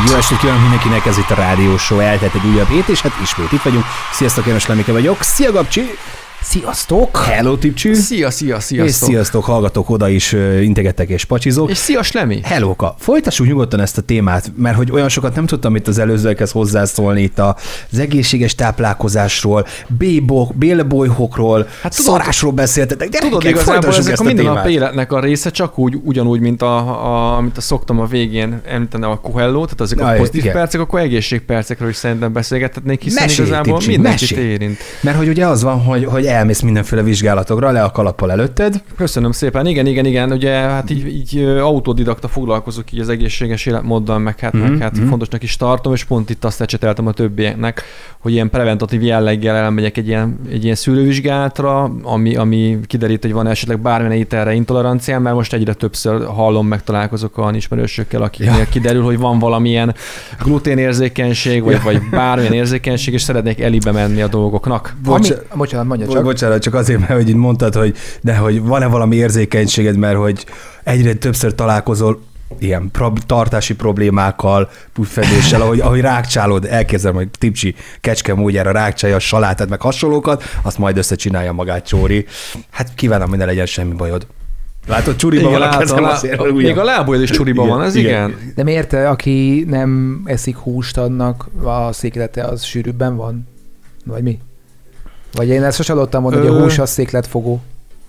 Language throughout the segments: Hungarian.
Jó estét kívánok mindenkinek, ez itt a Rádió Show, eltelt egy újabb hét, és hát ismét itt vagyunk. Sziasztok, János Lemike vagyok. Szia, Gabcsi! Sziasztok! Hello, Tipcsű! Sziasztok! És sziasztok, hallgatók, oda is integettek és pacsizok. És szia, Slemi! Hellóka! Folytassuk nyugodtan ezt a témát, mert hogy olyan sokat nem tudtam itt az előzőekhez hozzászólni itt az egészséges táplálkozásról, bélbolyhokról, hát szarásról beszéltetek. Tudod, igazából ezek a mindennapi életnek a része, csak ugyanúgy, mint amit szoktam a végén említeni a Coelho, tehát azok a pozitív percek, akkor egészségpercekről is szerintem beszélgethetnék, hiszen igazából mindenkit érint. Mert hogy ugye az van, hogy elmész mindenféle vizsgálatokra, le a kalappal előtted. Köszönöm szépen. Igen. Ugye hát így autodidakta foglalkozok így az egészséges életmóddal, meg hát fontosnak is tartom, és pont itt azt ecseteltem a többieknek, hogy ilyen preventatív jelleggel elmegyek egy ilyen szűrővizsgálatra, ami kiderít, hogy van esetleg bármilyen ételre intoleranciám, mert most egyre többször hallom, meg találkozok olyan ismerősökkel, akiknél kiderül, hogy van valamilyen gluténérzékenység, vagy bármilyen érzékenység, és szeretnék elébe menni a dolgoknak. Bocsánat, mondja csak. Bocsánat, csak azért, mert hogy így mondtad, hogy van-e valami érzékenységed, mert hogy egyre többször találkozol ilyen tartási problémákkal, puffedéssel, ahogy rákcsálod, elképzelem, hogy Tipcsi kecske módjára rákcsálja a salátát, meg hasonlókat, azt majd összecsinálja magát Csóri. Hát kívánom, hogy ne legyen semmi bajod. Látod, csuriba van a kezem azért. Még a lábujjad is csuriba van, ez igen. De miért, aki nem eszik húst, annak a széklete az sűrűbben van? Vagy mi? Vagy én ezt sosem hallottam mondani, hogy a hús az székletfogó.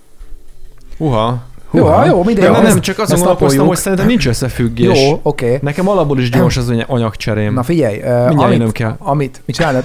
Jó, minden jó. Nem, csak azon gondolkoztam, hogy szerintem nincs összefüggés. Jó, oké. Nekem alapból is gyors az anyagcserém. Na figyelj, mit csinálod?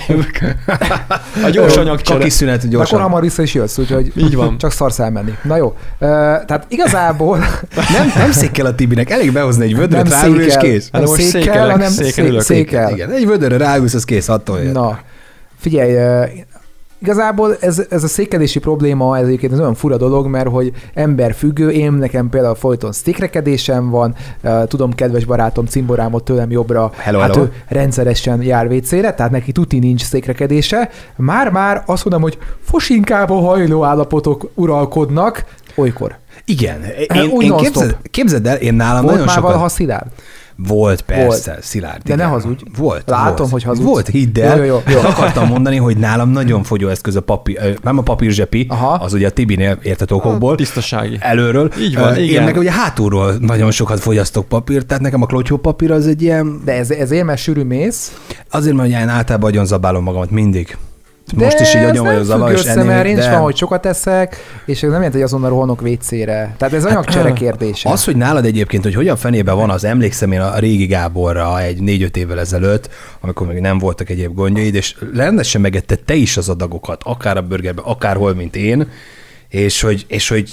A gyors anyagcsere. Kis szünet, gyorsan. Akkor hamar vissza is jössz, úgyhogy így van. Csak szarsz elmenni. Na jó, tehát igazából... nem székkel a Tibinek, elég behozni egy vödröt, ráül és kész. Nem székkel, hanem székkel. Igen, egy vödröre ráülsz, az kész, attól jön. Na, figyelj, igazából ez a székelési probléma, ez egyébként olyan fura dolog, mert hogy emberfüggő, nekem például folyton székrekedésem van, tudom, kedves barátom Cimborámot tőlem jobbra, ő rendszeresen jár WC-re, tehát neki tuti nincs székrekedése. Már azt mondom, hogy fosinkában hajló állapotok uralkodnak olykor. Igen, én képzeld el, én nálam volt nagyon sokat... Volt már Szilárd? Volt, persze, Szilárd. De ne hazudj. Volt. Látom, hogy hazudsz. Volt, hidd el. Jó. Akartam mondani, hogy nálam nagyon fogyóeszköz a papír, nem a papírzsepi, az ugye a Tibinél érted okokból. Tisztasági. Előről. Így van, igen. Én meg ugye hátulról nagyon sokat fogyasztok papírt, tehát nekem a klotyópapír az egy ilyen... De ezért, mert sűrű mész? Azért, mert én általában agyon zabálom magamat mindig. Most is így agyon vagyok zavar, és ennél... Mert én is van, hogy sokat eszek, és ez nem jelenti, hogy azonnal rohanok WC-re. Tehát ez anyagcsere kérdése. Az, hogy nálad egyébként, hogy hogyan fenében van, az emlékszem én a régi Gáborra egy 4-5 évvel ezelőtt, amikor még nem voltak egyéb gondjaid, és rendesen megetted te is az adagokat, akár a burgerben, akárhol, mint én, és hogy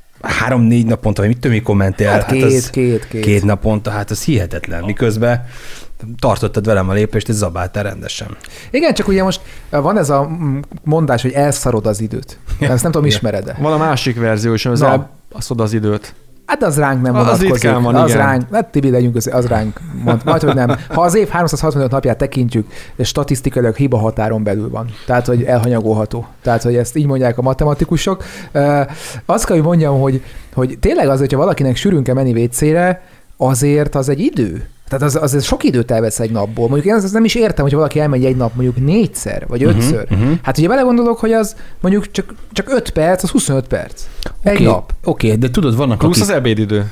3-4 naponta, vagy mit tudom, mi kommentél? Hát két naponta, hát az hihetetlen. Miközben tartottad velem a lépést, és zabáltál rendesen. Igen, csak ugye most van ez a mondás, hogy elszarod az időt. Ezt nem tudom, ismered-e? Van a másik verzió is, az elszod az időt. Hát az ránk nem vonatkozik. Az ritkán van, az igen. Ránk, hát Tibi, legyünk közé, az ránk majd, hogy nem. Ha az év 365 napját tekintjük, és statisztikailag hiba határon belül van. Tehát, hogy elhanyagolható. Tehát, hogy ezt így mondják a matematikusok. Azt kell, hogy mondjam, hogy tényleg az, hogyha valakinek sűrűn kell menni WC-re, azért az egy idő. Tehát az sok időt elvesz egy napból. Mondjuk én azt nem is értem, hogy valaki elmegy egy nap mondjuk 4-szer, vagy 5-ször. Hát ugye belegondolok, hogy az mondjuk csak 5 perc, az 25 perc. Egy nap. Oké, de tudod, vannak plusz az ebédidő.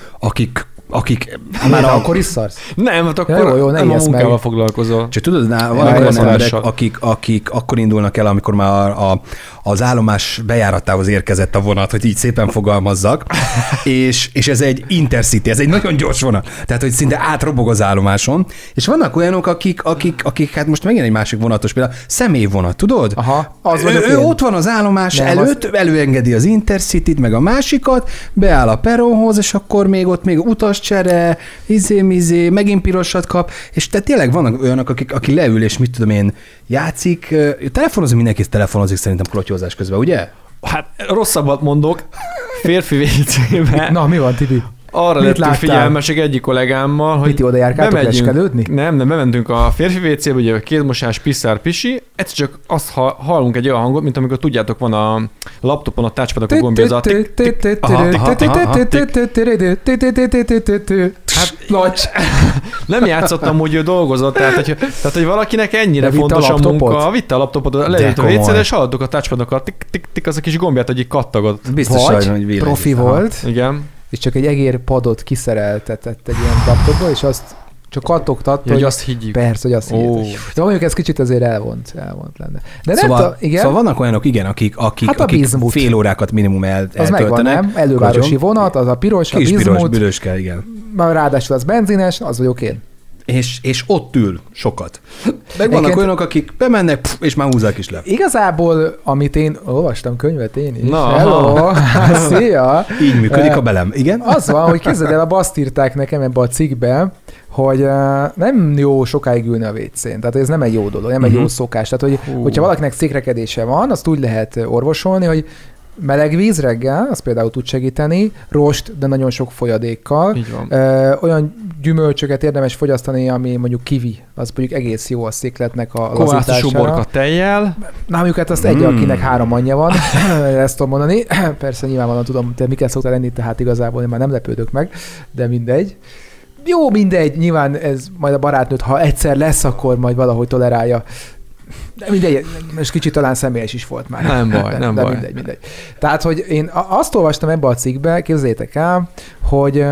Akik már akkor is szarsz? Nem, hát akkor jó, nem a munkával foglalkozol. Csak tudod, vannak olyan emberek, akik akkor indulnak el, amikor már az állomás bejáratához érkezett a vonat, hogy így szépen fogalmazzak, és ez egy intercity, ez egy nagyon gyors vonat. Tehát, hogy szinte átrobog az állomáson, és vannak olyanok, akik hát most megint egy másik vonatos például, személyvonat, tudod? Aha, az vagyok ő ott van az állomás előtt, előengedi az intercityt, meg a másikat, beáll a peronhoz, és akkor még ott utascsere, megint pirosat kap, és tehát tényleg vannak olyanok, aki leül, és mit tudom én, játszik, telefonozik, mindenki telefonozik szerintem klotyózás közben, ugye? Hát rosszabbat mondok, férfi WC-ben. Na, mi van, Tibi? Arra lettünk figyelmesek egyik kollégámmal, hogy mit oda járkáltok leskelődni? Nem, bementünk a férfi WC-be, ugye kézmosás, piszár, pisi, egyszer csak azt hallunk egy olyan hangot, mint amikor tudjátok, van a laptopon a touchpadok a gombja, az Nem játszottam, úgy ő dolgozott, tehát hogy valakinek ennyire fontos a munka, vitte a laptopot, leült a WC-re, és hallottuk a touchpadokat, tik, az a kis gombját, hogy így kattagott. Biztos, hogy profi volt, igen. És csak egy egér padot kiszereltetett egy ilyen laptopból, és azt csak kattogtat, hogy azt higgyük. Persze, hogy azt higgyük. De mondjuk ez kicsit azért elvont lenne. De szóval vannak olyanok, igen, akik fél órákat minimum eltöltenek. Az megvan, nem? Elővárosi vonat, az a piros, a bizmut. Piros, büröske, igen. Ráadásul az benzines, az vagyok én. És ott ül sokat. Meg vannak olyanok, akik bemennek, és már húzzák is le. Igazából, amit én olvastam könyvet én is. Na, hello, szia! Így működik a belem, igen? Az van, hogy képzeld el, azt írták nekem ebbe a cikkbe, hogy nem jó sokáig ülni a WC-n. Tehát ez nem egy jó dolog, nem egy jó szokás. Tehát, hogyha valakinek székrekedése van, azt úgy lehet orvosolni, hogy meleg víz reggel, az például tud segíteni, rost, de nagyon sok folyadékkal. Olyan gyümölcsöket érdemes fogyasztani, ami mondjuk kiwi, az mondjuk egész jó a székletnek a lazítására. Kovászos uborka tejjel. Na, mondjuk hát azt egy, akinek 3 anyja van, ezt tudom mondani. Persze nyilvánvalóan tudom, te miket szoktál enni, tehát igazából én már nem lepődök meg, de mindegy. Jó, mindegy, nyilván ez majd a barátnőt, ha egyszer lesz, akkor majd valahogy tolerálja. De mindegy, most kicsit talán személyes is volt már. Nem baj, nem baj. Mindegy. Tehát, hogy én azt olvastam ebbe a cikkbe, képzeljétek el, hogy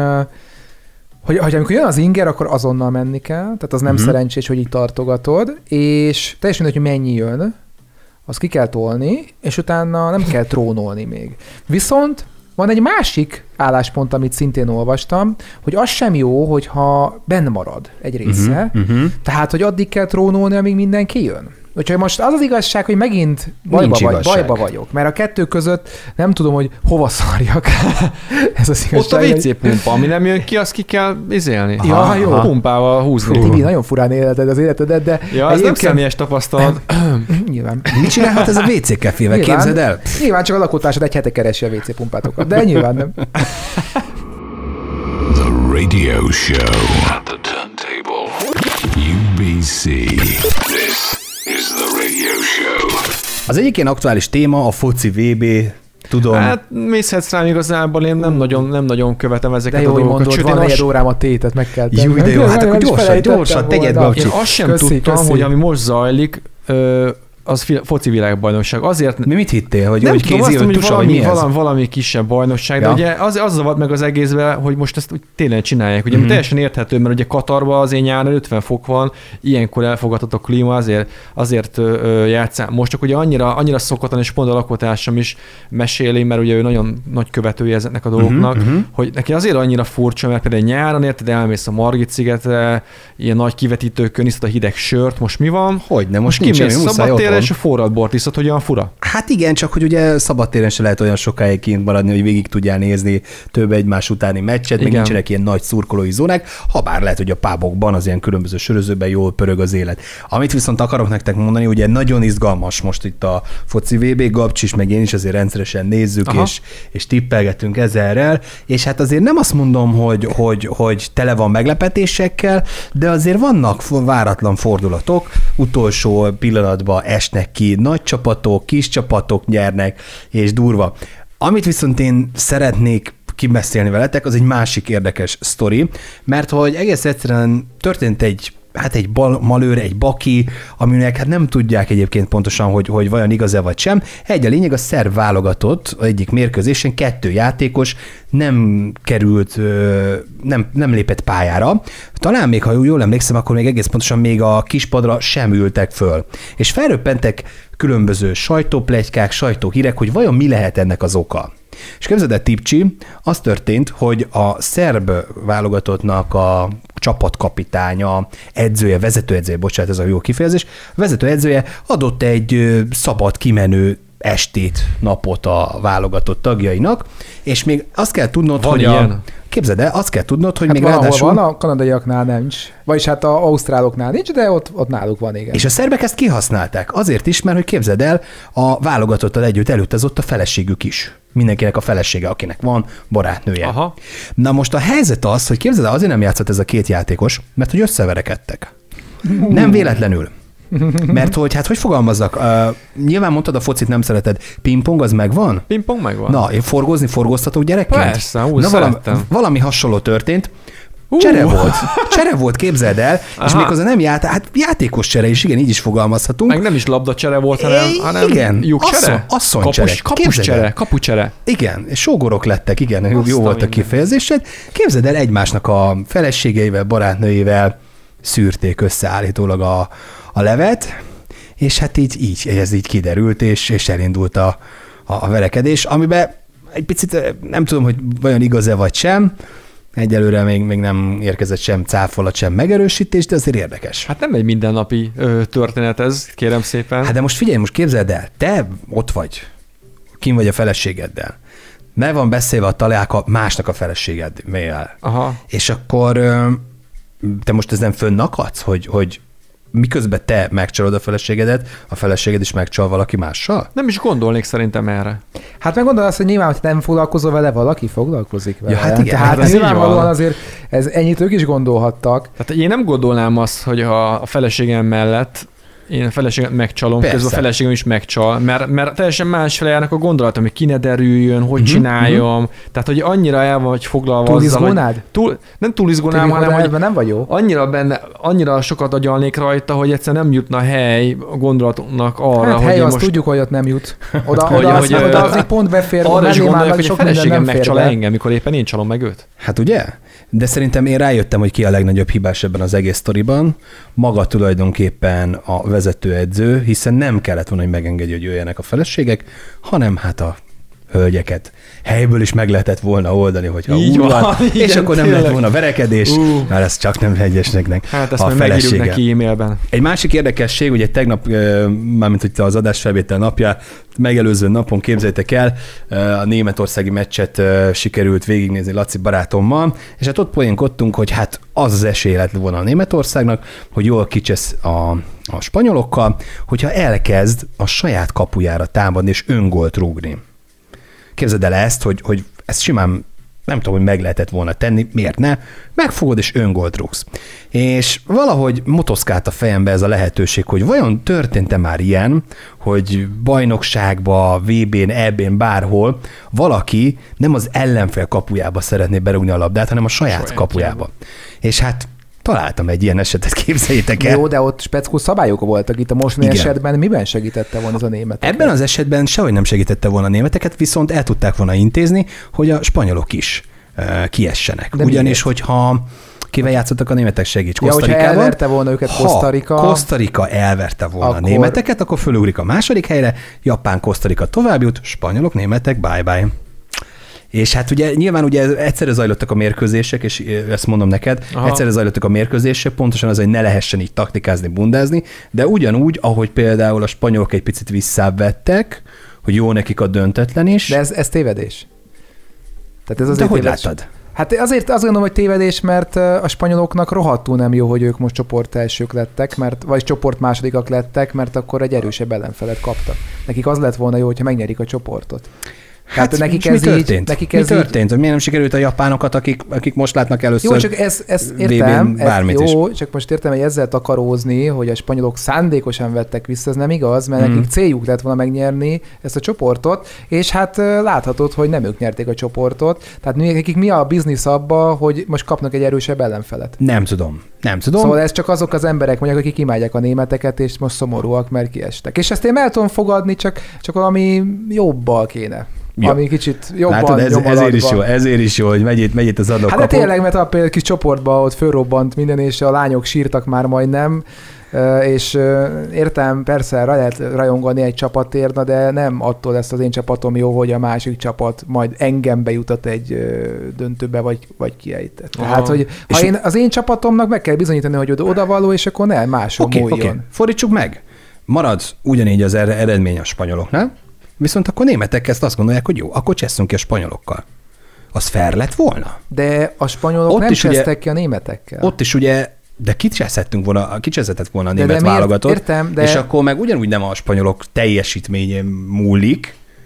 amikor jön az inger, akkor azonnal menni kell, tehát az nem szerencsés, hogy így tartogatod, és teljesen mindegy, hogy mennyi jön, azt ki kell tolni, és utána nem kell trónolni még. Viszont van egy másik álláspont, amit szintén olvastam, hogy az sem jó, hogyha benn marad egy része, tehát, hogy addig kell trónolni, amíg mindenki jön. Úgyhogy most az igazság, hogy megint bajba vagyok, mert a kettő között nem tudom, hogy hova szarjak. Ez az igazság. Ott a WC pumpa, ami nem jön ki, azt ki kell izélni. Ja, jó. Pumpával húzni. Tibi, nagyon furán élted az életedet, de... Ja, ez nem személyes tapasztalat. Nyilván. Mit csinálhat ez a WC kefével? Képzeld el? Nyilván csak a lakótársad egy hete keresi a WC pumpátokat, de nyilván nem. The radio show at the turntable. UBC. This is the radio show. Az egyik ilyen aktuális téma a foci VB, tudom. Hát mészhetsz rám igazából, én nem nagyon követem ezeket a dolgokat. De jó, hogy mondod, van 4 órám a tétet, meg kell tenni. Jó, de jó, hát akkor gyorsan, tegyed be. Én azt sem tudtam, hogy ami most zajlik, az foci világbajnokság. Azért... Mit hittél? Hogy kézi öntusa, vagy mi ez? Valami kisebb bajnokság, de ugye az zavart meg az egészben, hogy most ezt tényleg csinálják. Ugye teljesen érthető, mert ugye Katarban azért nyáron 50 fok van, ilyenkor elfogadható klíma, azért játszál. Most csak ugye annyira szokatlan, és pont a lakótársam is meséli, mert ugye ő nagyon nagy követője ezeknek a dolgoknak, hogy neki azért annyira furcsa, mert például nyáron érted, elmész a Margit-szigetre, ilyen nagy kivetítőkön iszod a hideg sört, most mi van? Hogyne, most nincs semmi, muszáj otthon. És a forrad bort iszod, hogy olyan fura? Hát igen, csak hogy ugye szabadtéren se lehet olyan sokáig kint maradni, hogy végig tudjál nézni több egymás utáni meccset, még nincsenek ilyen nagy szurkolói zónák, habár lehet, hogy a pubokban, az ilyen különböző sörözőben jól pörög az élet. Amit viszont akarok nektek mondani, ugye nagyon izgalmas most itt a foci VB, Gabcs is, meg én is azért rendszeresen nézzük, és tippelgetünk ezerrel, és hát azért nem azt mondom, hogy tele van meglepetésekkel, de azért vannak váratlan fordulatok, utolsó pillanatban esnek ki nagy csapatok, kis csapatok nyernek, és durva. Amit viszont én szeretnék kibeszélni veletek, az egy másik érdekes sztori, mert hogy egész egyszerűen történt egy malőr, egy baki, aminek hát nem tudják egyébként pontosan, hogy vajon igaz-e vagy sem. Egy a lényeg, a szerb válogatott egyik mérkőzésen 2 játékos nem került, nem lépett pályára. Talán még, ha jól emlékszem, akkor még egész pontosan még a kispadra sem ültek föl. És felröppentek különböző sajtópletykák, sajtóhírek, hogy vajon mi lehet ennek az oka. És képzeld el, Tipcsi, az történt, hogy a szerb válogatottnak a csapatkapitánya, vezetőedzője, ez a jó kifejezés, vezetőedzője adott egy szabad kimenő estét, napot a válogatott tagjainak, és még azt kell tudnod, van hogy ilyen. Képzeld el, azt kell tudnod, hogy hát még ráadásul... van, a kanadaiaknál nincs. Vagyis hát az ausztráloknál nincs, de ott náluk van, igen. És a szerbek ezt kihasználták. Azért is, mert hogy képzeld el, a válogatottal együtt elutazott a feleségük is. Mindenkinek a felesége, akinek van barátnője. Aha. Na most a helyzet az, hogy képzeld el, azért nem játszott ez a 2 játékos, mert hogy összeverekedtek. Nem véletlenül. Mert hogy, hát hogy fogalmazzak? Nyilván mondtad, a focit nem szereted. Pingpong az megvan? Pingpong megvan. Na, forgóztatok gyerekként? Persze, úgy szerettem. Valami hasonló történt. Csere volt, képzeld el, és méghozzá nem játékos csere is, igen, így is fogalmazhatunk. Meg nem is labda csere volt, hanem igen, lyukcsere? Kapucsere. Igen, és sógorok lettek, igen, jó volt a kifejezésed. Képzeld el, egymásnak a feleségeivel, barátnőivel szűrték össze állítólag a levet, és hát ez így kiderült, és elindult a verekedés, amiben egy picit nem tudom, hogy vajon igaz-e vagy sem, egyelőre még nem érkezett sem cáfolat, sem megerősítés, de azért érdekes. Hát nem egy mindennapi történet ez, kérem szépen. Hát de most figyelj, most képzeld el, te ott vagy, kim vagy a feleségeddel, meg van beszélve a találka másnak a feleségedmével. Aha. És akkor te most ezen fönnakadsz, hogy miközben te megcsalod a feleséged is megcsal valaki mással? Nem is gondolnék szerintem erre. Hát meg gondolod azt, hogy nyilván, hogy nem foglalkozol vele, valaki foglalkozik vele. Ja, hát igen. Tehát ez nyilvánvalóan azért ennyit ők is gondolhattak. Tehát én nem gondolnám azt, hogy a feleségem mellett én a feleséget megcsalom, közben a feleségem is megcsal, mert teljesen másféle járnak a gondolatom, hogy ki ne derüljön, hogy csináljam. Tehát, hogy annyira el vagy foglalva azzal, hogy nem túlizgónám, hanem hogy nem vagy jó. annyira sokat agyalnék rajta, hogy egyszer nem jutna hely a gondolatnak arra, hát hogy hely, azt most... tudjuk, hogy ott nem jut. Oda azért pont befér, arra is gondolják, hogy a feleségem megcsal engem, mikor éppen én csalom meg őt. Hát ugye? De szerintem én rájöttem, hogy ki a legnagyobb hibás ebben az egész sztoriban. Maga tulajdonképpen a vezetőedző, hiszen nem kellett volna, hogy megengedje, hogy jöjjenek a feleségek, hanem hát a hölgyeket helyből is meg lehetett volna oldani, hogyha így van, és akkor nem lett volna verekedés, mert ez csak nem egyesnek hát ezt a megírjuk neki e-mailben. Egy másik érdekesség, ugye tegnap, mármint hogy az adásfelvétel napja, megelőző napon képzeljétek el, a németországi meccset sikerült végignézni Laci barátommal, és hát ott poénkodtunk, hogy hát az esély lett volna a Németországnak, hogy jól kicsesz a spanyolokkal, hogyha elkezd a saját kapujára támadni és öngolt rúgni. Képzeld el ezt, hogy ezt simán nem tudom, hogy meg lehetett volna tenni, miért ne, megfogod és öngolt rúgsz. És valahogy motoszkált a fejembe ez a lehetőség, hogy vajon történt-e már ilyen, hogy bajnokságba, VB-n, EB-n, bárhol valaki nem az ellenfél kapujába szeretné berúgni a labdát, hanem a saját kapujába. És hát találtam egy ilyen esetet, képzeljétek el. Jó, de ott speckó szabályok voltak. Itt a mostani esetben miben segítette volna ez a németeket? Ebben az esetben sehogy nem segítette volna a németeket, viszont el tudták volna intézni, hogy a spanyolok is kiessenek. De ugyanis, hogyha kivel játszottak a németek, segíts Kosztarikával. Hogyha elverte volna őket Kosztarika. Ha Kosztarika elverte volna a németeket, akkor fölugrik a második helyre, Japán, Kosztarika tovább jut, spanyolok, németek, bye-bye. És hát ugye nyilván ugye egyszerre zajlottak a mérkőzések, és ezt mondom neked, egyszerre zajlottak a mérkőzések, pontosan az, hogy ne lehessen így taktikázni, bundázni, de ugyanúgy, ahogy például a spanyolok egy picit visszább vettek, hogy jó nekik a döntetlen is. De ez tévedés. Tehát ez azért de hogy láttad? Hát azért azt gondolom, hogy tévedés, mert a spanyoloknak rohadtul nem jó, hogy ők most csoport elsők lettek, vagy csoport másodikak lettek, mert akkor egy erősebb ellenfelet kaptak. Nekik az lett volna jó, hogyha megnyerik a csoportot. Hát nekik ez mi történt? Mi történt? Miért nem sikerült a japánokat, akik most látnak először? Jó, csak ezt értem, csak most értem, hogy ezzel takarózni, hogy a spanyolok szándékosan vettek vissza, ez nem igaz, mert nekik céljuk lett volna megnyerni ezt a csoportot, és hát láthatod, hogy nem ők nyerték a csoportot. Tehát nekik mi a biznisz abba, hogy most kapnak egy erősebb ellenfelet? Nem tudom. Szóval ez csak azok az emberek mondják, akik imádják a németeket, és most szomorúak, mert kiestek. És ezt én el tudom fogadni, csak valami jobbal kéne. Ja. Ami kicsit jobban látod, ezért is jó, hogy megy itt az adókapu. Hát de tényleg, mert például egy kis csoportban ott fölrobbant minden, és a lányok sírtak már majdnem, és értem, persze lehet rajongani egy csapatért, de nem attól lesz az én csapatom jó, hogy a másik csapat majd engem bejutat egy döntőbe, vagy kiejtett. Tehát, hogy ha az én csapatomnak meg kell bizonyítani, hogy odavaló, és akkor nem máshol múljon. Oké. Fordítsuk meg. Marad ugyanígy az eredmény a spanyoloknál, viszont akkor németek ezt azt gondolják, hogy jó, akkor csesszünk ki a spanyolokkal. Az fair lett volna? De a spanyolok ott nem csesztek ki a németekkel. Ott is ugye, de kicseszhettett volna a német válogatott, értem, és akkor meg ugyanúgy nem a spanyolok teljesítményén múlik,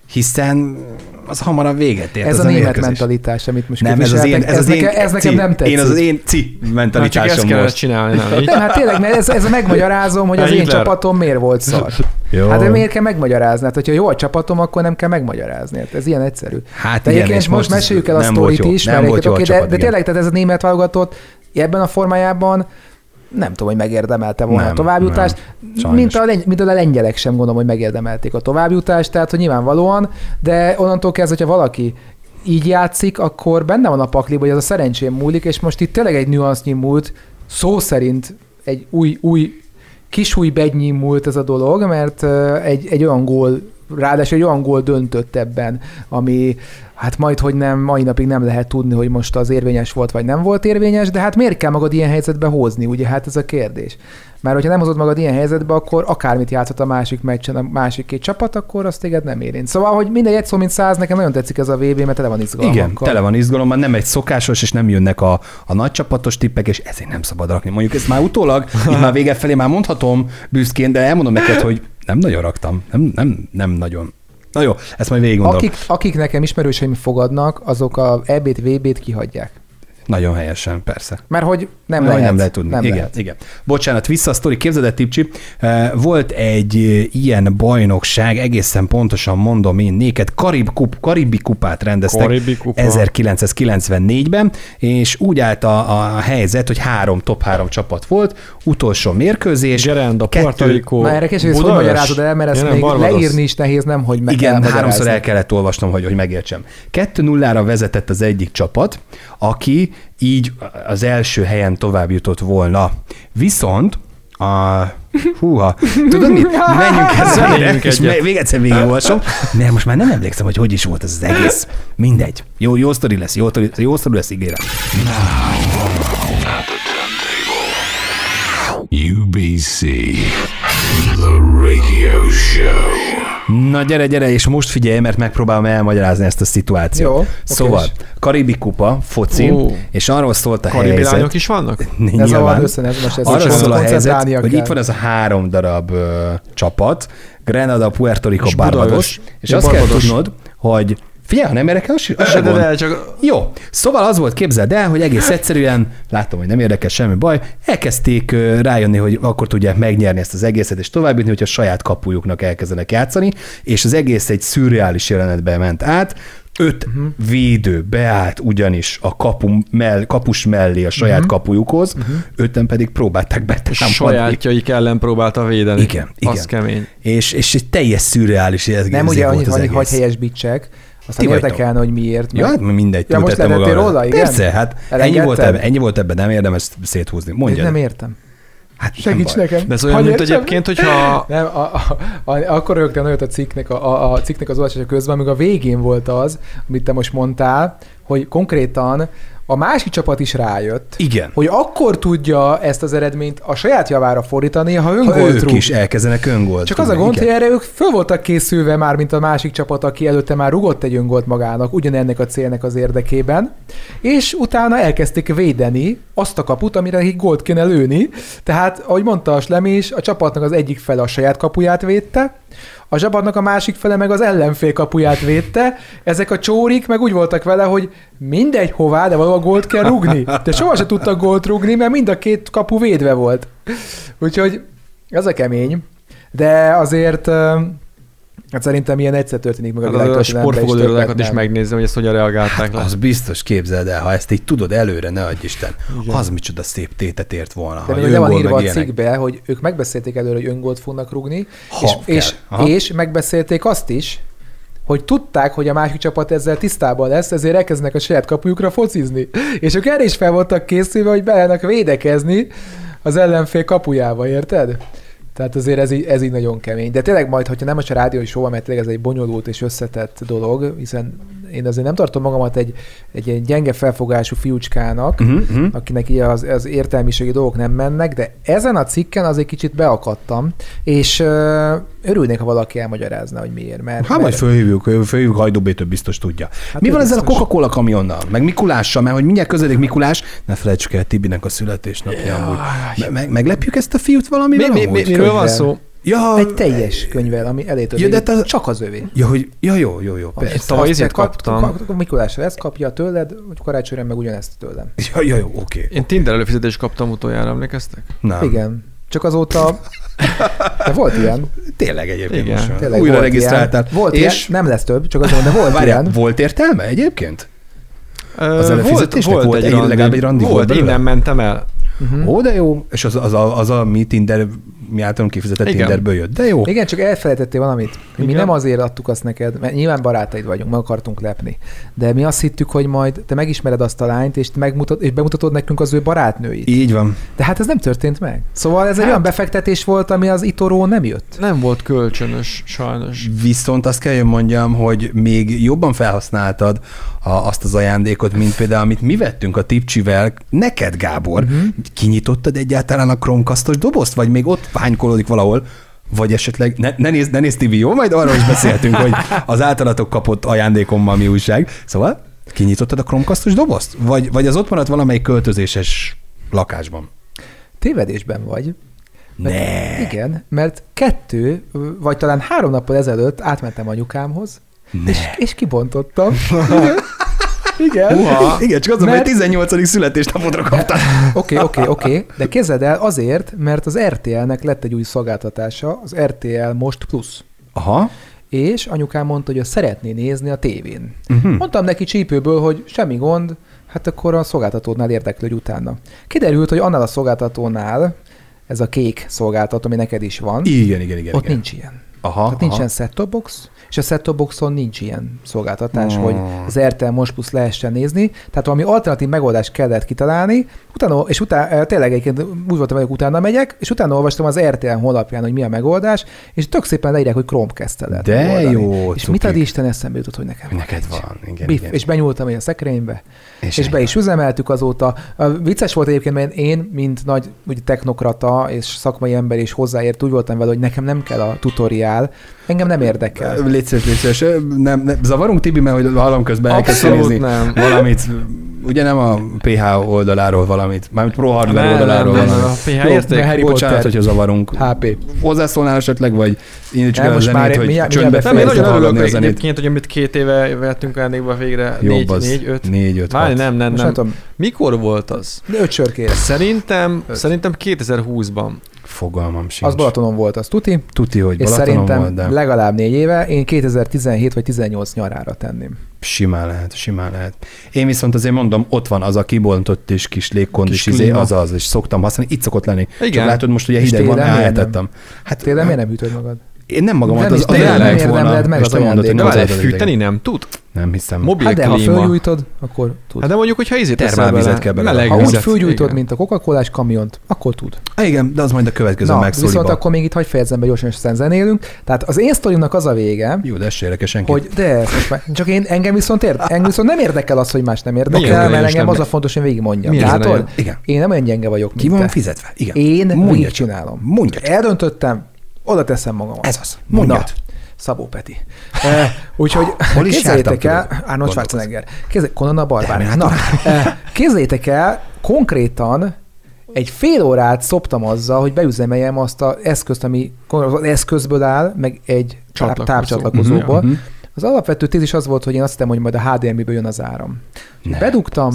hiszen az hamarabb véget ért. Ez a német mentalitás, amit most képviseltek. Ez nekem nem tetszik. Én az én mentalitásom most. Csak ezt kellett csinálni, nem így? Nem, hát tényleg, mert ez a megmagyarázom, hogy az én csapatom miért volt szar. Jó. Hát de miért kell megmagyarázni? Hát, hogyha jó a csapatom, akkor nem kell megmagyarázni. Hát ez ilyen egyszerű. Hát de igen, egyébként most meséljük el a sztorit is, de tényleg, tehát ez a német válogatott ebben a formájában nem tudom, hogy megérdemelte volna a továbbjutást. Mint a lengyelek sem gondolom, hogy megérdemelték a továbbjutást, tehát hogy nyilvánvalóan, de onnantól kezdve, hogyha valaki így játszik, akkor benne van a pakliba, hogy az a szerencsém múlik, és most itt tényleg egy nüansznyi múlt, szó szerint egy kis új bednyi múlt ez a dolog, mert egy olyan gól, ráadásul egy olyan gól döntött ebben, ami hát majd, hogy nem, mai napig nem lehet tudni, hogy most az érvényes volt, vagy nem volt érvényes, de hát miért kell magad ilyen helyzetbe hozni, ugye? Hát ez a kérdés. Mert hogyha nem hozod magad ilyen helyzetbe, akkor akármit játszhat a másik meccsen a másik két csapat, akkor azt téged nem érint. Szóval, hogy mindegy, egy szó mint 100, nekem nagyon tetszik ez a VB, mert tele van izgalmakkal. Igen, tele van izgalommal, nem egy szokásos, és nem jönnek a nagy csapatos tippek, és ezért nem szabad rakni. Mondjuk ezt már utólag, itt már vége felé már mondhatom büszkén, de elmondom neked, hogy nem nagyon raktam. Nem nagyon. Na jó, ezt majd végig gondolom. Akik nekem ismerőseim fogadnak, azok a EB-t, VB-t kihagyják. Nagyon helyesen, persze. Mert hogy nem lehet tudni. Nem igen, lehet. Igen. Bocsánat, vissza a sztori. Képzeld el, Tipcsi, volt egy ilyen bajnokság, egészen pontosan mondom én néked, Karibi kupát rendeztek 1994-ben, és úgy állt a helyzet, hogy top 3 csapat volt, utolsó mérkőzés. Gerenda, Puerto Rico, Na erre később, hogy magyarázod el, mert ezt még leírni is nehéz, nem, hogy igen, 3-szor el kellett olvasnom, hogy megértsem. 2-0-ra vezetett az egyik csapat, aki így az első helyen tovább jutott volna. Viszont tudod mit? Menjünk ezzel, és még egyszer végigolvasom. De most már nem emlékszem, hogy is volt ez az egész. Mindegy. Jó sztori lesz, jó sztori lesz, ígérem. UBC, the radio show. Na gyere, és most figyelj, mert megpróbálom elmagyarázni ezt a szituációt. Jó, szóval, Karibi kupa, foci, és arról szólt a Karibi helyzet. lányok is vannak? Arról szól a helyzet, hogy itt van ez a 3 darab csapat, Grenada, Puerto Rico, Barbados, és azt kell tudnod, hogy figyelj, ha nem érdekel, Jó, szóval az volt, képzeld el, hogy egész egyszerűen, látom, hogy nem érdekel, semmi baj, elkezdték rájönni, hogy akkor tudják megnyerni ezt az egészet, és továbbítni, hogyha saját kapujuknak elkezdenek játszani, és az egész egy szürreális jelenetbe ment át, 5 védő beállt ugyanis a kapus mellé a saját kapujukhoz, 5-en pedig próbálták betámadni. Sajátjaik ellen próbálta védeni. Igen. Az kemény. És egy teljes szürreális érzés. Nem ugye annyit hagy helyesbítsek, aztán érdekelne, hogy miért. Ja, hát mindegy. Ja, most levettél róla, igen? Persze, hát ennyi volt ebben, nem érdemes széthúzni. Mondjad. Nem értem. Hát segíts nekem. De ez olyan, mint egyébként, hogyha... Nem, akkor rögtön nagyot a cikknek az olvasása közben, amíg a végén volt az, amit te most mondtál, hogy konkrétan a másik csapat is rájött, igen, hogy akkor tudja ezt az eredményt a saját javára fordítani, ha öngolt ők is elkezdenek öngolt. Csak az a gond, hogy erre ők föl voltak készülve már, mint a másik csapat, aki előtte már rugott egy öngolt magának, ugyanennek a célnek az érdekében, és utána elkezdték védeni azt a kaput, amire nekik gólt kéne lőni. Tehát, ahogy mondta a Slemi is, a csapatnak az egyik fele a saját kapuját védte, a csapatnak a másik fele meg az ellenfél kapuját védte, ezek a csórik meg úgy voltak vele, hogy mindegy hová, de valahol gólt kell rugni. De sohasem tudtak gólt rugni, mert mind a két kapu védve volt. Úgyhogy ez a kemény. De azért hát szerintem ilyen egyszer történik meg a világtörténelemben. A sportfogadóirodákat is megnézem, hogy ezt hogyan reagálták le. Az biztos, képzeld el, ha ezt így tudod előre, ne adj Isten, az micsoda szép tétet ért volna. De még le van írva a cikkbe, hogy ők megbeszélték előre, hogy öngolt fognak rugni, és megbeszélték azt is, hogy tudták, hogy a másik csapat ezzel tisztában lesz, ezért elkezdenek a saját kapujukra focizni. És ők erre is fel voltak készülve, hogy belenek védekezni az ellenfél kapujába, érted? Tehát azért ez így nagyon kemény. De tényleg majd, hogyha nem most a rádiói show, mert tényleg ez egy bonyolult és összetett dolog, hiszen én azért nem tartom magamat egy gyenge felfogású fiúcskának, akinek így az értelmiségi dolgok nem mennek, de ezen a cikken azért kicsit beakadtam, és örülnék, ha valaki elmagyarázna, hogy miért. Hát majd fölhívjuk Hajdú B-től, biztos tudja. Hát mi van ezzel a Coca-Cola kamionnal? Meg Mikulással, mert hogy mindjárt közeledik Mikulás, ne felejtsük el Tibinek a születésnapja. Meglepjük ezt a fiút valamivel? Miről van szó? Egy teljes könyvvel, ami elétől csak az övé. Ja, hogy jó. Persze. Tavaly ezért kaptam. Mikulásra ezt kapja tőled, hogy karácsonyra meg ugyanezt tőlem. Ja, jó, oké. Én Tinder előfizetést kaptam utoljára, emlékeztek? Nem. Igen. Csak azóta... De volt ilyen. Tényleg egyébként igen. most Tényleg újra regisztráltál. Volt és... ilyen, nem lesz több, csak azon, de volt ilyen. Volt értelme egyébként? Az előfizetésnek volt legalább egy randi? Volt, innen mentem el. Ó, de jó. És az a mi általunk kifizetett Tinderből jött. De jó. Igen, csak elfelejtettél valamit. Mi nem azért adtuk azt neked, mert nyilván barátaid vagyunk, meg akartunk lepni. De mi azt hittük, hogy majd te megismered azt a lányt, és bemutatod nekünk az ő barátnőit. Így van. De hát ez nem történt meg. Szóval ez egy olyan befektetés volt, ami az Itoró nem jött. Nem volt kölcsönös, sajnos. Viszont azt kell, hogy mondjam, hogy még jobban felhasználtad azt az ajándékot, mint például, amit mi vettünk a Tipcsivel neked, Gábor. Kinyitottad egyáltalán a Chromecastos dobozt, vagy még ott pánykolódik valahol, vagy esetleg, ne nézd TV, jó? Majd arról is beszéltünk, hogy az általatok kapott ajándékommal mi újság. Szóval kinyitottad a Chromecastos dobozt? Vagy az ott maradt valamelyik költözéses lakásban? Tévedésben vagy. Ne. Igen, mert 2 vagy talán 3 nappal ezelőtt átmentem anyukámhoz, és kibontottam. Igen. Igen, csak azon, mert 18. születésnapodra kaptál. Oké. De képzeld el azért, mert az RTL-nek lett egy új szolgáltatása, az RTL Most Plus. Aha. És anyukám mondta, hogy szeretné nézni a tévén. Mondtam neki csípőből, hogy semmi gond, hát akkor a szolgáltatónál érdeklődj utána. Kiderült, hogy annál a szolgáltatónál, ez a kék szolgáltató, ami neked is van, igen. ott nincs ilyen. Aha. Nincsen set-top box, és a set-top boxon nincs ilyen szolgáltatás, hogy az RTL Most Plus lehessen nézni. Tehát valami alternatív megoldást kellett kitalálni, utána tényleg egyébként úgy voltam, hogy utána megyek, és utána olvastam az RTL honlapján, hogy mi a megoldás, és tök szépen leírják, hogy Chromecast-tel lehet de megoldani. Jó, és mit ad Isten eszembe jutott, hogy nekem neked van. Igen. És benyúltam a szekrénybe, és be is üzemeltük azóta. Vicces volt egyébként, mert én, mint nagy technokrata és szakmai ember is hozzáért, úgy voltam vele, hogy nekem nem kell a tutoriál, engem nem érdekel. Légy szíves. Nem, zavarunk, Tibi, mert hogy hallom közben elkezd nézni valamit. Ugye nem a PH oldaláról valamit, mármint Pro Hardware oldaláról valamit. A PH érték? Bocsánat, hogyha zavarunk. HP. Hozzászólnál esetleg, vagy indítsuk el a zenét, hogy csöndbe fejezzük hallgatni a zenét. Egyébként, hogy amit 2 éve vettünk ajándékba végre, 4-5. Várj, nem. Mikor volt az? 5 sör kér. Szerintem 2020-ban. Fogalmam sincs. Az Balatonon volt, az tuti. Tuti, hogy és Balatonon szerintem volt, de... legalább 4 éve, én 2017 vagy 18 nyarára tenném. Simán lehet. Én viszont azért mondom, ott van az a kibontott és kis légkondis az, és szoktam használni, itt szokott lenni. Igen. Csak látod most, ugye hideg van, elhetettem. Hát télen miért nem hűtöd magad? Én nem magamat, az lehet volna. Meg azt de várj, fűteni nem tud? Nem hiszem. Mobil hát de klíma. ha fölgyújtod, akkor tud. Hát de mondjuk, hogyha ízét termálvizet kell bele. Ha úgy fölgyújtod, mint a Coca-Colás kamiont, akkor tud. Igen, de az majd a következő megszólíba. Viszont akkor még itt hagyj fejezzem be gyorsan, és zenélünk. Tehát az én sztorimnak az a vége, jó, de ez se érdekel senki. Hogy de most már, csak engem viszont nem érdekel az, hogy más nem érdekel, mert engem az a fontos, hogy végigmondjam. Látod? Én nem olyan gyenge vagyok, ki van fizetve? Igen. Én végigcsinálom. Mondja. Eldöntöttem, oda teszem magamat. Ez az. Mondjad. Szabó Peti. Úgyhogy képzeljétek el, Arnold Schwarzenegger, Conan a Barbár. Képzeljétek el, konkrétan egy fél órát szoptam azzal, hogy beüzemeljem azt az eszközt, ami az eszközből áll, meg egy távcsatlakozóból. Az alapvető tézis az volt, hogy én azt hittem, hogy majd a HDMI-ből jön az áram. Bedugtam,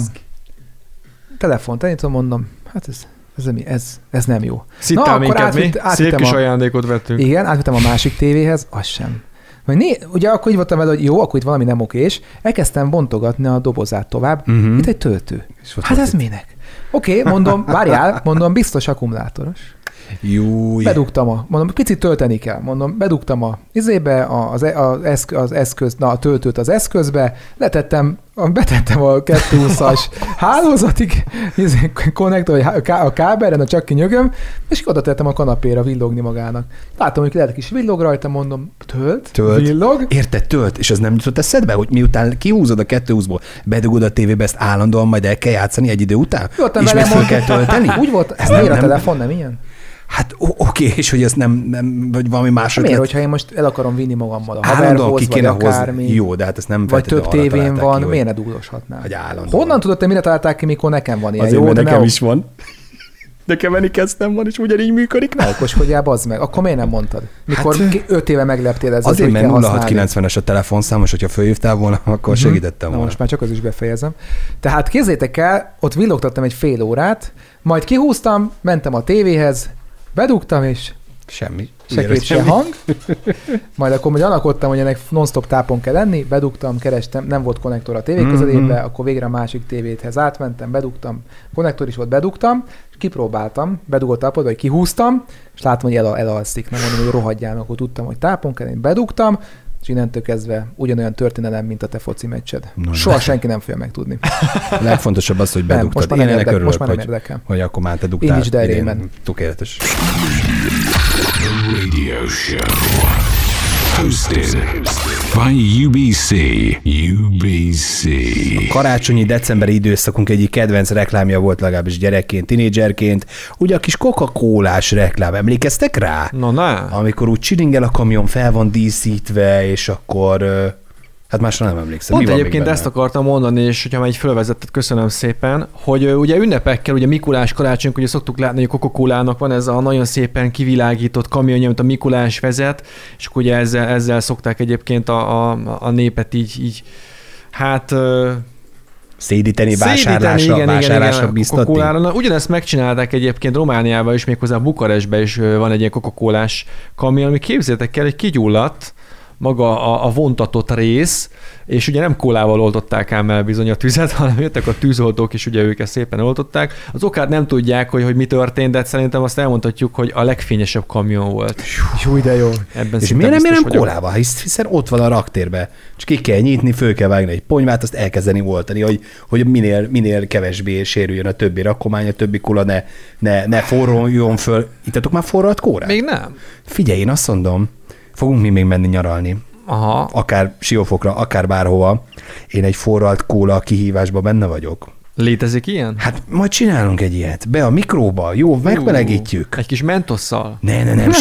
telefont elindítom, mondom, hát ez nem jó. Szittál minket mi? Szép kis ajándékot vettünk. Igen, átvittem a másik tévéhez, az sem. Ugye akkor így voltam vele, hogy jó, akkor itt valami nem okés. Elkezdtem bontogatni a dobozát tovább, mint egy töltő. Hát ez minek? Oké, mondom, biztos akkumulátoros. Júj. Bedugtam picit tölteni kell, bedugtam a töltőt az eszközbe, betettem a 220-as hálózatig, konnektor, a kábelren, a csak kinyögöm, és oda tettem a kanapéra villogni magának. Látom, hogy lehet kis villog rajta, mondom, tölt, villog. Érted, tölt, és az nem jutott eszedbe, hogy miután kihúzod a 220-ból, bedugod a tévébe, ezt állandóan majd el kell játszani egy idő után? És még föl kell tölteni? Úgy volt, ez miért a telefon, nem ilyen? Hát oké, és hogy ez nem vagy valami más ötlet. Miért, hogyha én most el akarom vinni magammal a haverhoz, vagy akármi. Jó, de hát ezt nem vagy több tévén van, miért ne dúdoshatnál? Hogy állandóan. Honnan tudod te, mire találták ki, mikor nekem van ilyen? Azért, jó, de nekem is van. Nekem Anycasten van, és ugyanígy működik, nem? Okoskodjál, bazd meg. Akkor miért nem mondtad? Mikor 5 éve megleptél ezzel, azért, mert 0690-es a telefonszámos, hogyha fölhívtál volna, akkor segítettem volna. Most már csak az is befejezem. Tehát képzeljétek el, ott villogtattam egy fél órát, majd kihúztam, mentem a tévéhez, bedugtam, és semmi. Se kép, se hang. Majd akkor gyanakodtam, hogy ennek non-stop tápon kell lenni, bedugtam, kerestem, nem volt konnektor a tévé közelébe, akkor végre a másik tévéthez átmentem, bedugtam, konnektor is volt, bedugtam, és kipróbáltam, bedugott tápot, vagy kihúztam, és látom, hogy elalszik, nem mondom, hogy rohadjál, akkor tudtam, hogy tápon kell, én bedugtam, és innentől kezdve ugyanolyan történelem, mint a te foci meccsed. Soha senki nem fogja megtudni. A legfontosabb az, hogy bedugtad. Én ennek örülök, hogy akkor már te dugtál. Én is, de idén. Tökéletes. Radio show hosted by UBC. A karácsonyi decemberi időszakunk egyik kedvenc reklámja volt, legalábbis gyerekként, tinédzserként, ugye a kis Coca-Colás reklám, emlékeztek rá? Amikor úgy csiringel a kamion, fel van díszítve, és akkor... Hát másra nem emlékszem. Pont egyébként ezt akartam mondani, és hogyha már így fölvezetted, köszönöm szépen, hogy ugye ünnepekkel, ugye Mikulás karácsony, ugye szoktuk látni, hogy a Coca-Colának van ez a nagyon szépen kivilágított kamionja, amit a Mikulás vezet, és akkor ugye ezzel szokták egyébként a népet így hát... Szédíteni, vásárlásra biztatni. Ugyanezt megcsinálták egyébként Romániában is, méghozzá Bukarestben is van egy ilyen Coca-Colás kamion, ami képzeljétek el, hogy kigyulladt maga a vontatott rész, és ugye nem kólával oltották ám el bizony a tüzet, hanem jöttek a tűzoltók, és ugye őket szépen oltották. Az okát nem tudják, hogy mi történt, de szerintem azt elmondhatjuk, hogy a legfényesebb kamion volt. Jó, de jó. Ebben és miért nem kólával? Hiszen ott van a raktérbe. Csak ki kell nyitni, föl kell vágni egy ponyvát, azt elkezdeni oltani, hogy minél kevésbé sérüljön a többi rakomány, a többi kóla ne forroljon föl. Ittatok már forralt kórát? Még nem. Figyelj, én azt mondom, fogunk mi még menni nyaralni. Aha. Akár Siófokra, akár bárhova. Én egy forralt kóla kóla benne vagyok. Létezik ilyen? Hát majd csinálunk egy ilyet. Be a mikróba, jó, megmelegítjük. Egy kis mentosszal? Nem,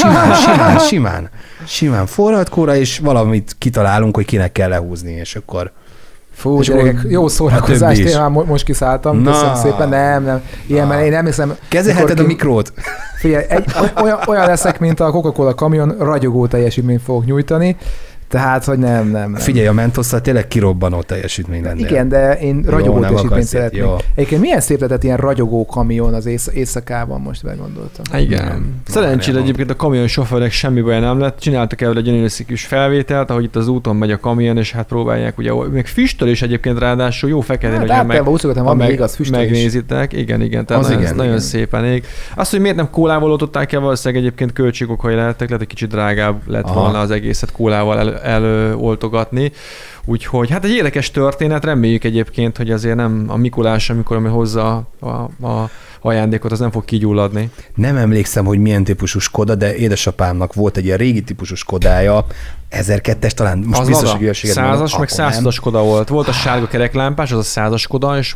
simán forralt kóla, és valamit kitalálunk, hogy kinek kell lehúzni, és akkor... Fú, gyerekek, jó szórakozást, én már most kiszálltam, köszönöm szépen, nem. Ilyen, mert én nem hiszem... Kezelheted a mikrót? Figyelj, olyan leszek, mint a Coca-Cola kamion, ragyogó teljesítményt fogok nyújtani, tehát, hogy nem. Figyelj, a mentosszal tényleg kirobbanó teljesítmény lenne. Igen, de én ragyogó teljesítményt szeretnék. Egyébként milyen szép lett ilyen ragyogó kamion az éjszakában, most meggondoltam. Igen. Szerencsére egyébként a kamion sofőrnek semmi baj nem lett. Csináltak el egy gyönyörű kis felvételt, ahogy itt az úton megy a kamion, és hát próbálják, ugye, még füstöl is egyébként ráadásul, jó feketén, hogy megnézitek. Igen, tehát ez nagyon szépen ég. Azt, hogy miért nem kólával oltották el, valószínűleg egyébként költségokai lehettek, lehet, egy kicsit drágább lett volna az egészet kólával eloltogatni. Úgyhogy hát egy érdekes történet, reméljük egyébként, hogy azért nem a Mikulás, amikor hozza a ajándékot, az nem fog kigyulladni. Nem emlékszem, hogy milyen típusú Skoda, de édesapámnak volt egy ilyen régi típusú Skodája, 1002-es talán, most az biztos, hogy hülyeséget mondom. 100-as, meg 100-as Skoda volt. Volt a sárga kereklámpás, az a 100-as Skoda, és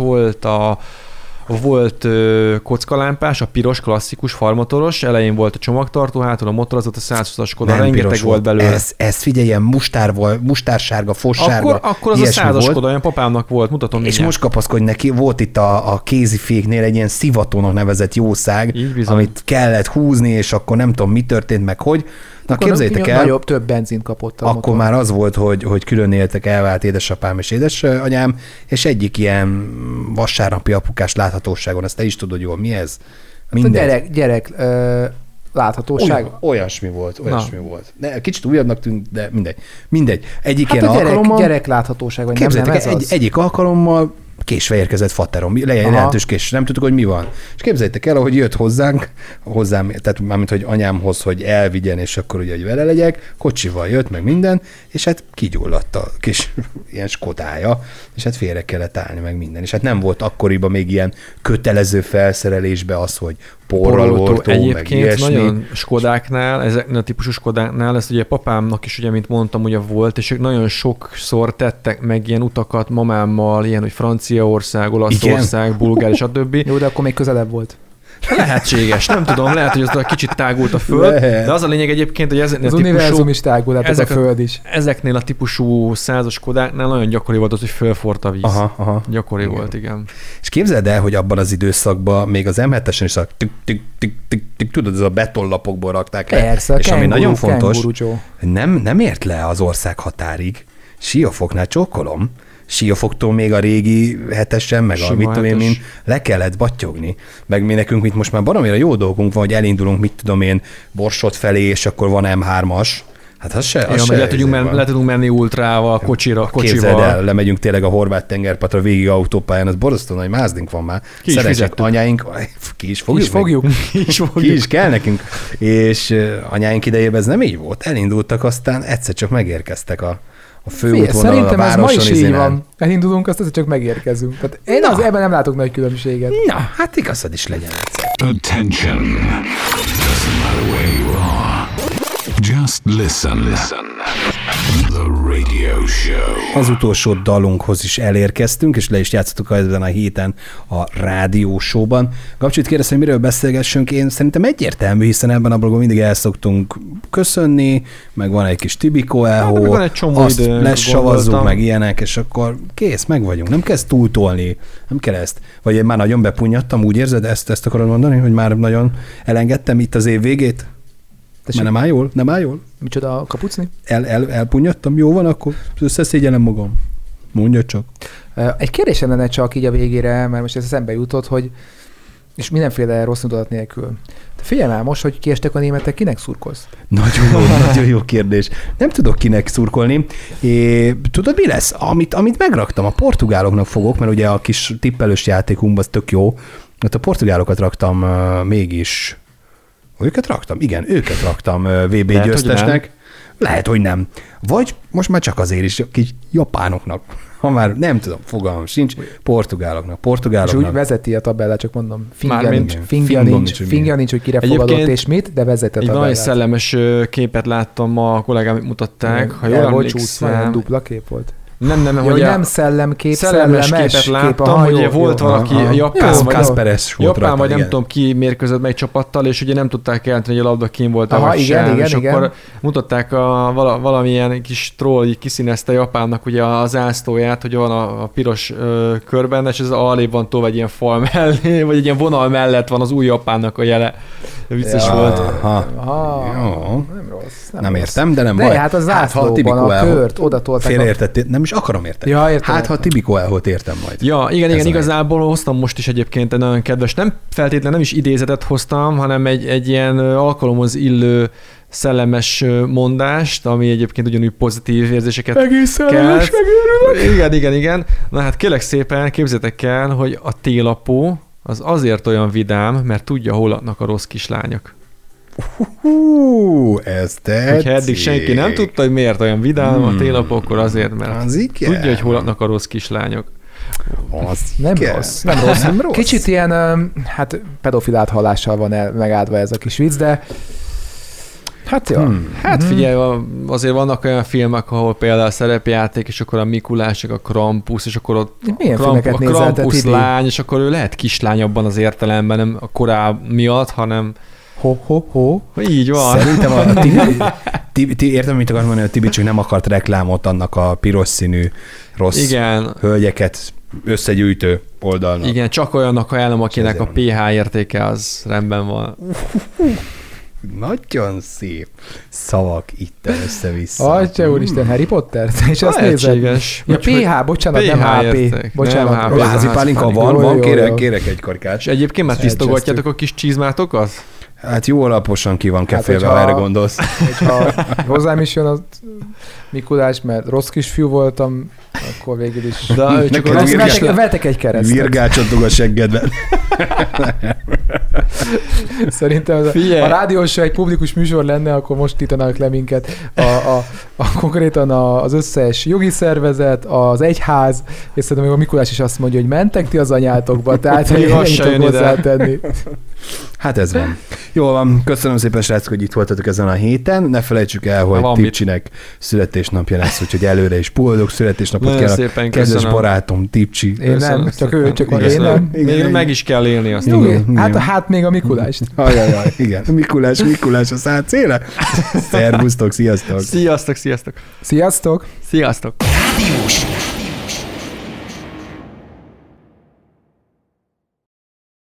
volt kockalámpás, a piros, klasszikus, farmotoros, elején volt a csomagtartó, hátul a motor, az ott a 120-as Skoda, rengeteg volt belőle. Ez figyelj, ilyen mustársárga, fossárga. Akkor az a 100-as Skoda, olyan papámnak volt, mutatom mindjárt. És most kapaszkodj neki, volt itt a kéziféknél egy ilyen szivatónak nevezett jószág, amit kellett húzni, és akkor nem tudom, mi történt, meg hogy. Na képzeljétek el, több benzint kapott a akkor motor. már az volt, hogy külön éltek, elvált édesapám és édesanyám, és egyik ilyen vasárnapi apukás láthatóságon, ezt te is tudod jól, mi ez? Hát gyerek láthatóság? Olyasmi volt. Kicsit újabbnak tűnt, de mindegy. Egyik hát ilyen alkalommal... Gyerek láthatóság, vagy képzeljétek, nem ez egyik alkalommal késve érkezett fatterom, jelentős kés, nem tudtuk, hogy mi van. És képzeljétek el, hogy jött hozzám, tehát mármint, hogy anyámhoz, hogy elvigyen, és akkor ugye, hogy vele legyek, kocsival jött, meg minden, és hát kigyulladt a kis ilyen Skodája, és hát félre kellett állni, meg minden. És hát nem volt akkoriban még ilyen kötelező felszerelésbe az, hogy porraloltó, meg ilyesmi. Nagyon Skodáknál, ezeknél a típusú Skodáknál, ezt ugye papámnak is, ugye, mint mondtam, ugye volt, és ők nagyon sokszor tettek meg ilyen utakat mamámmal, ilyen, hogy Franciaország, Olaszország, Bulgária, stb. Jó, de akkor még közelebb volt. Lehetséges, nem tudom, lehet, hogy az egy kicsit tágult a föld, de az a lényeg egyébként, hogy ezeknél az univerzum is tágul, hát a föld is. Ezeknél a típusú százas Kodáknál nagyon gyakori volt az, hogy fölforrt a víz. Aha. Gyakori volt, igen. És képzeld el, hogy abban az időszakban még az M7-esen is a tudod, ez a betonlapokból rakták le. Persze, és ami nagyon fontos, nem ért le az ország határig. Siófoknál csókolom. Siófoktól még a régi 7-esen, meg a mit tudom én, min le kellett battyogni. Meg mi nekünk, mint most már baromira jó dolgunk van, hogy elindulunk, mit tudom én, Borsod felé, és akkor van M3-as. Hát az se. Le tudunk menni ultrával, kocsival. Képzeld el, lemegyünk tényleg a horvát tengerpartra végig autópályán, az borzasztó nagy mázdink van már. Szeresek anyáink, ki is fogjuk. Ki is kell nekünk. És anyáink idejében ez nem így volt. Elindultak, aztán egyszer csak megérkeztek a főútvonalon, a városon. Szerintem ez ma is így van. Elindulunk, aztán csak megérkezünk. Tehát én ebben nem látok nagy különbséget. Na, hát igazad is legyen egyszer. Attention. Doesn't matter where you are. Just listen. The Radio Show. Az utolsó dalunkhoz is elérkeztünk, és le is játszottuk ezen a héten a Rádió Show-ban. Gabcsit kérdezte, hogy miről beszélgessünk. Én szerintem egyértelmű, hiszen ebben a blogban mindig el szoktunk köszönni, meg van egy kis Tibiko elhó, van egy csomó azt lesavazzuk, meg ilyenek, és akkor kész, meg vagyunk. Nem kezd túltolni, nem kell ezt. Vagy én már nagyon bepunyadtam, úgy érzed, ezt akarod mondani, hogy már nagyon elengedtem itt az év végét? Mert nem áll jól? Micsoda a kapucni? Elpunyadtam? Jó van, akkor összeszégyellem magam. Mondja csak. Egy kérdésem lenne csak így a végére, mert most ez eszembe jutott, hogy és mindenféle rossz indulat nélkül. Figyelj már most, hogy kiestek a németek, kinek szurkolsz? Nagyon jó kérdés. Nem tudok kinek szurkolni. Tudod, mi lesz? Amit megraktam, a portugáloknak fogok, mert ugye a kis tippelős játékunkban az tök jó. Hát a portugálokat raktam mégis. Őket raktam? Igen, őket raktam VB lehet, győztesnek. Lehet, hogy nem. Vagy most már csak azért is kis japánoknak. Ha már nem tudom, fogalmam sincs, portugáloknak. És úgy vezeti a tabellát, csak mondom, fingja nincs, hogy kire fogadott és mit, de vezeti a tabellát. Egy nagyon szellemes képet láttam, a kollégám mutatták, ha jól emlékszem. Dupla kép volt. Nem, hogy nem szellemkép, szellemes képet láttam, hogy volt valaki Japán, vagy nem tudom ki mérkőzött mely csapattal, és ugye nem tudták jelenteni, hogy a labda kín volt a sem, és akkor mutatták valamilyen kis troll, így kiszínezte Japánnak ugye a zászlóját, hogy van a piros körben, és ez alébb van tovább egy ilyen fal mellé, vagy egy ilyen vonal mellett van az új Japánnak a jele. Vicces volt. Jó. Nem rossz. Nem értem, de nem baj. De hát a zászlóban a kört oda tolták. Félreértettél, nem is akarom érteni. Ja, értem. Hát, ha Tibiko elholt értem majd. Ja, igen, igazából hoztam most is egyébként egy nagyon kedves, nem feltétlenül nem is idézetet hoztam, hanem egy ilyen alkalomhoz illő szellemes mondást, ami egyébként ugyanúgy pozitív érzéseket egész szellemes, megőrülök. Igen. Na hát kérlek szépen, képzeljétek el, hogy a télapó az azért olyan vidám, mert tudja, hol laknak a rossz kislányok. Ez tetszik. Hogyha eddig senki nem tudta, hogy miért olyan vidám a télapó, akkor azért, mert tudja, hogy hol laknak a rossz kislányok. Nem rossz. Kicsit ilyen pedofil áthallással van megáldva ez a kis vicc, de hát jó. Hát figyelj, azért vannak olyan filmek, ahol például a szerepjáték, és akkor a Mikulás, a Krampus, és akkor ott a Krampus lány, és akkor ő lehet kislány abban az értelemben, nem a korá miatt, hanem Ho. Így van. Szerintem értem, mit akarsz mondani, hogy Tibi csak nem akart reklámot annak a piros színű rossz hölgyeket összegyűjtő oldalnak. Igen, csak olyannak ajánlom, akinek a PH értéke az rendben van. Nagyon szép szavak itt össze-vissza. Atya úristen, Harry Potter? És azt nézed? Ja, PH, bocsánat, nem HP. Bocsánat. Házi pálinka van, kérek egy karikát. És egyébként már tisztogatjátok a kis csizmátokat? Hát jó alaposan ki van kefélve, ha erre gondolsz. Ha hozzám is jön a Mikulás, mert rossz kisfiú voltam, akkor végül is. De csak vettek egy keresztet. Virgácsot dug a seggedben. Szerintem a rádiós egy publikus műsor lenne, akkor most títanak le minket konkrétan az összes jogi szervezet, az egyház, és szerintem még a Mikulás is azt mondja, hogy mentek ti az anyátokba, tehát hogy ennyit tudok hozzátenni. Hát ez van. Jól van, köszönöm szépen, srácok, hogy itt voltatok ezen a héten. Ne felejtsük el, hogy Tipcsinek születésnapja lesz, úgyhogy előre is boldog születésnapot kell a kedves barátom Tipcsi. Én nem, csak ő, csak én nem. Még meg is kell élni azt. Hát még a Mikulást. Ajajaj, igen. Mikulás a szátszéle. Szervusztok, sziasztok. Sziasztok. Sziasztok. Sziasztok. Rádiós